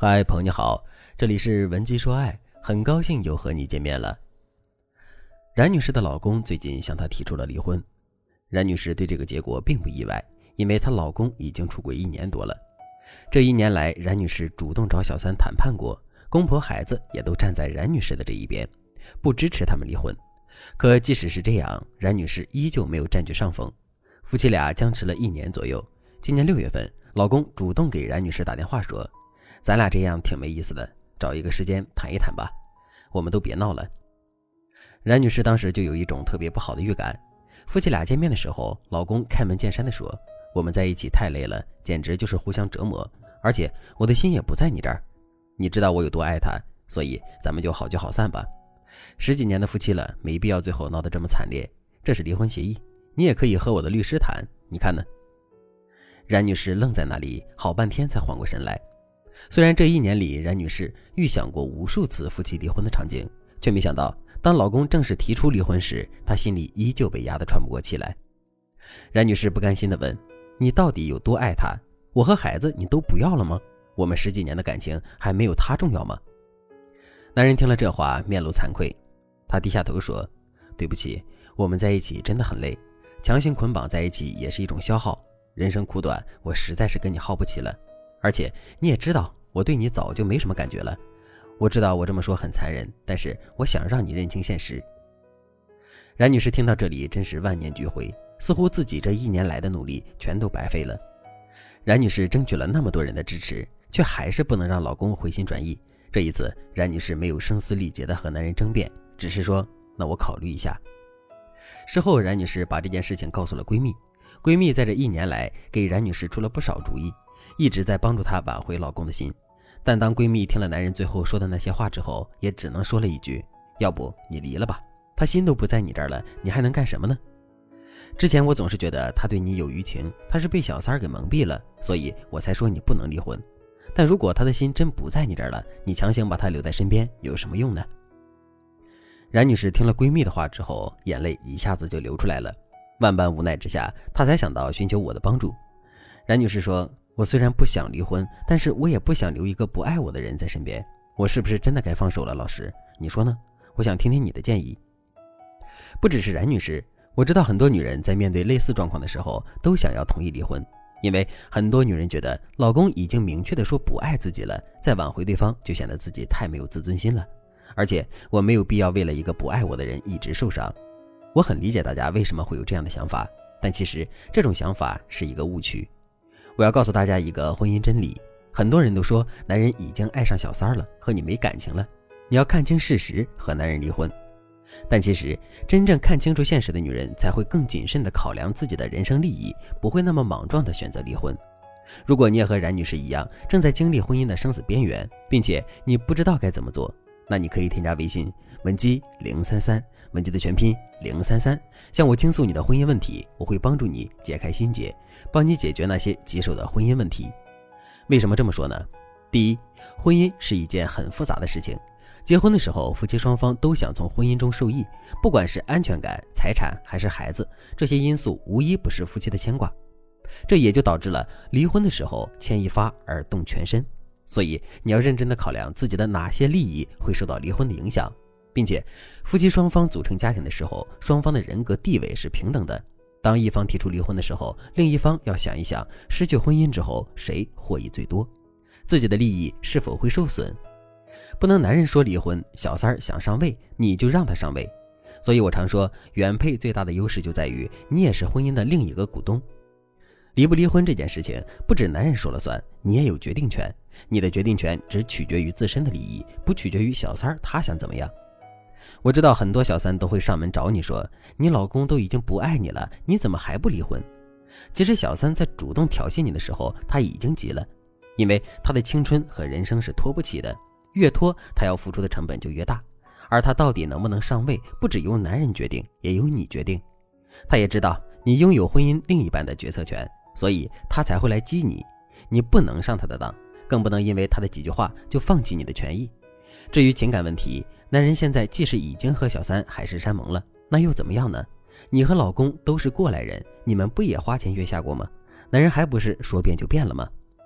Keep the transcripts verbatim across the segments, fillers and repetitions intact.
嗨，朋友你好，这里是文姬说爱，很高兴又和你见面了。冉女士的老公最近向她提出了离婚，冉女士对这个结果并不意外，因为她老公已经出轨一年多了。这一年来，冉女士主动找小三谈判过，公婆孩子也都站在冉女士的这一边，不支持他们离婚。可即使是这样，冉女士依旧没有占据上风。夫妻俩僵持了一年左右，今年六月份，老公主动给冉女士打电话说，咱俩这样挺没意思的，找一个时间谈一谈吧，我们都别闹了。冉女士当时就有一种特别不好的预感。夫妻俩见面的时候，老公开门见山地说，我们在一起太累了，简直就是互相折磨，而且我的心也不在你这儿，你知道我有多爱他，所以咱们就好聚好散吧。十几年的夫妻了，没必要最后闹得这么惨烈，这是离婚协议，你也可以和我的律师谈，你看呢？冉女士愣在那里，好半天才缓过神来。虽然这一年里，冉女士预想过无数次夫妻离婚的场景，却没想到当老公正式提出离婚时，她心里依旧被压得喘不过气来。冉女士不甘心地问，你到底有多爱他？我和孩子你都不要了吗？我们十几年的感情还没有他重要吗？男人听了这话，面露惭愧，他低下头说，对不起，我们在一起真的很累，强行捆绑在一起也是一种消耗，人生苦短，我实在是跟你耗不起了，而且你也知道我对你早就没什么感觉了，我知道我这么说很残忍，但是我想让你认清现实。冉女士听到这里真是万念俱灰，似乎自己这一年来的努力全都白费了。冉女士争取了那么多人的支持，却还是不能让老公回心转意。这一次，冉女士没有声嘶力竭地和男人争辩，只是说，那我考虑一下。事后，冉女士把这件事情告诉了闺蜜，闺蜜在这一年来给冉女士出了不少主意，一直在帮助她挽回老公的心。但当闺蜜听了男人最后说的那些话之后，也只能说了一句，要不你离了吧，他心都不在你这儿了，你还能干什么呢？之前我总是觉得他对你有余情，他是被小三儿给蒙蔽了，所以我才说你不能离婚。但如果他的心真不在你这儿了，你强行把他留在身边有什么用呢？冉女士听了闺蜜的话之后，眼泪一下子就流出来了。万般无奈之下，她才想到寻求我的帮助。冉女士说，我虽然不想离婚，但是我也不想留一个不爱我的人在身边，我是不是真的该放手了？老师，你说呢？我想听听你的建议。不只是冉女士，我知道很多女人在面对类似状况的时候都想要同意离婚，因为很多女人觉得老公已经明确地说不爱自己了，再挽回对方就显得自己太没有自尊心了，而且我没有必要为了一个不爱我的人一直受伤。我很理解大家为什么会有这样的想法，但其实这种想法是一个误区。我要告诉大家一个婚姻真理，很多人都说男人已经爱上小三了，和你没感情了，你要看清事实和男人离婚。但其实真正看清楚现实的女人才会更谨慎地考量自己的人生利益，不会那么莽撞地选择离婚。如果你也和冉女士一样正在经历婚姻的生死边缘，并且你不知道该怎么做，那你可以添加微信文姬零三三，文姬的全拼零三三，向我倾诉你的婚姻问题，我会帮助你解开心结，帮你解决那些棘手的婚姻问题。为什么这么说呢？第一，婚姻是一件很复杂的事情，结婚的时候夫妻双方都想从婚姻中受益，不管是安全感、财产还是孩子，这些因素无一不是夫妻的牵挂，这也就导致了离婚的时候牵一发而动全身。所以你要认真地考量自己的哪些利益会受到离婚的影响，并且夫妻双方组成家庭的时候，双方的人格地位是平等的，当一方提出离婚的时候，另一方要想一想失去婚姻之后谁获益最多，自己的利益是否会受损。不能男人说离婚，小三儿想上位你就让他上位。所以我常说，原配最大的优势就在于你也是婚姻的另一个股东。离不离婚这件事情不止男人说了算，你也有决定权，你的决定权只取决于自身的利益，不取决于小三儿他想怎么样。我知道很多小三都会上门找你说，你老公都已经不爱你了，你怎么还不离婚？其实小三在主动挑衅你的时候，他已经急了，因为他的青春和人生是拖不起的，越拖他要付出的成本就越大，而他到底能不能上位，不只由男人决定，也由你决定。他也知道你拥有婚姻另一半的决策权，所以他才会来激你，你不能上他的当，更不能因为他的几句话就放弃你的权益。至于情感问题，男人现在即使已经和小三海誓山盟了，那又怎么样呢？你和老公都是过来人，你们不也花前月下过吗？男人还不是说变就变了吗？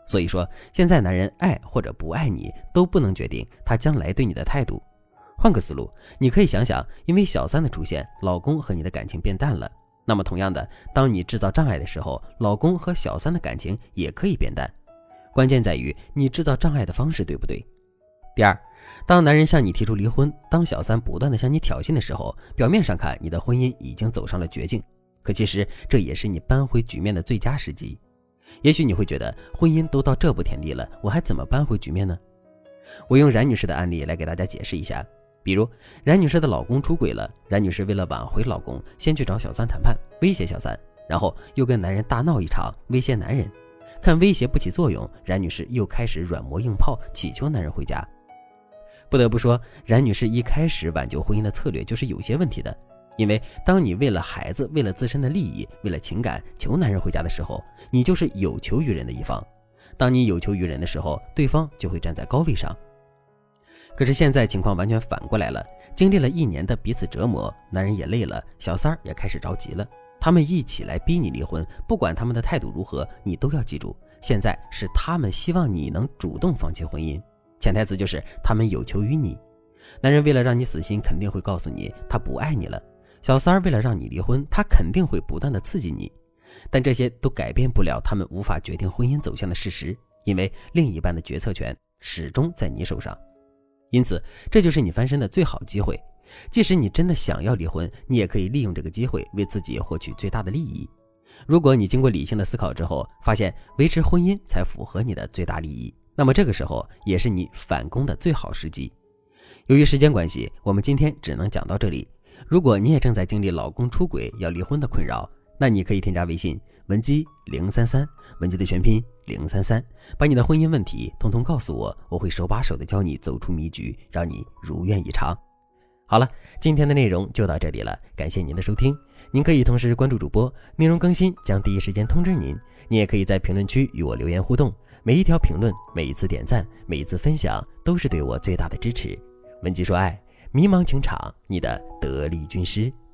所以说，现在男人爱或者不爱你，都不能决定他将来对你的态度。换个思路，你可以想想，因为小三的出现，老公和你的感情变淡了。那么同样的，当你制造障碍的时候，老公和小三的感情也可以变淡。关键在于你制造障碍的方式对不对？第二，当男人向你提出离婚，当小三不断的向你挑衅的时候，表面上看你的婚姻已经走上了绝境，可其实这也是你扳回局面的最佳时机。也许你会觉得婚姻都到这步田地了，我还怎么扳回局面呢？我用冉女士的案例来给大家解释一下。比如冉女士的老公出轨了，冉女士为了挽回老公，先去找小三谈判，威胁小三，然后又跟男人大闹一场，威胁男人。看威胁不起作用，冉女士又开始软磨硬泡，祈求男人回家。不得不说，冉女士一开始挽救婚姻的策略就是有些问题的。因为当你为了孩子，为了自身的利益，为了情感求男人回家的时候，你就是有求于人的一方。当你有求于人的时候，对方就会站在高位上。可是现在情况完全反过来了，经历了一年的彼此折磨，男人也累了，小三儿也开始着急了，他们一起来逼你离婚。不管他们的态度如何，你都要记住，现在是他们希望你能主动放弃婚姻，潜台词就是他们有求于你。男人为了让你死心，肯定会告诉你他不爱你了。小三儿为了让你离婚，他肯定会不断的刺激你，但这些都改变不了他们无法决定婚姻走向的事实，因为另一半的决策权始终在你手上。因此，这就是你翻身的最好机会。即使你真的想要离婚，你也可以利用这个机会为自己获取最大的利益。如果你经过理性的思考之后，发现维持婚姻才符合你的最大利益，那么这个时候也是你反攻的最好时机。由于时间关系，我们今天只能讲到这里。如果你也正在经历老公出轨要离婚的困扰，那你可以添加微信文姬零三三，文姬的全拼零三三，把你的婚姻问题统统告诉我，我会手把手的教你走出迷局，让你如愿以偿。好了，今天的内容就到这里了，感谢您的收听。您可以同时关注主播，内容更新将第一时间通知您。您也可以在评论区与我留言互动，每一条评论，每一次点赞，每一次分享，都是对我最大的支持。文姬说爱，迷茫情场，你的得力军师。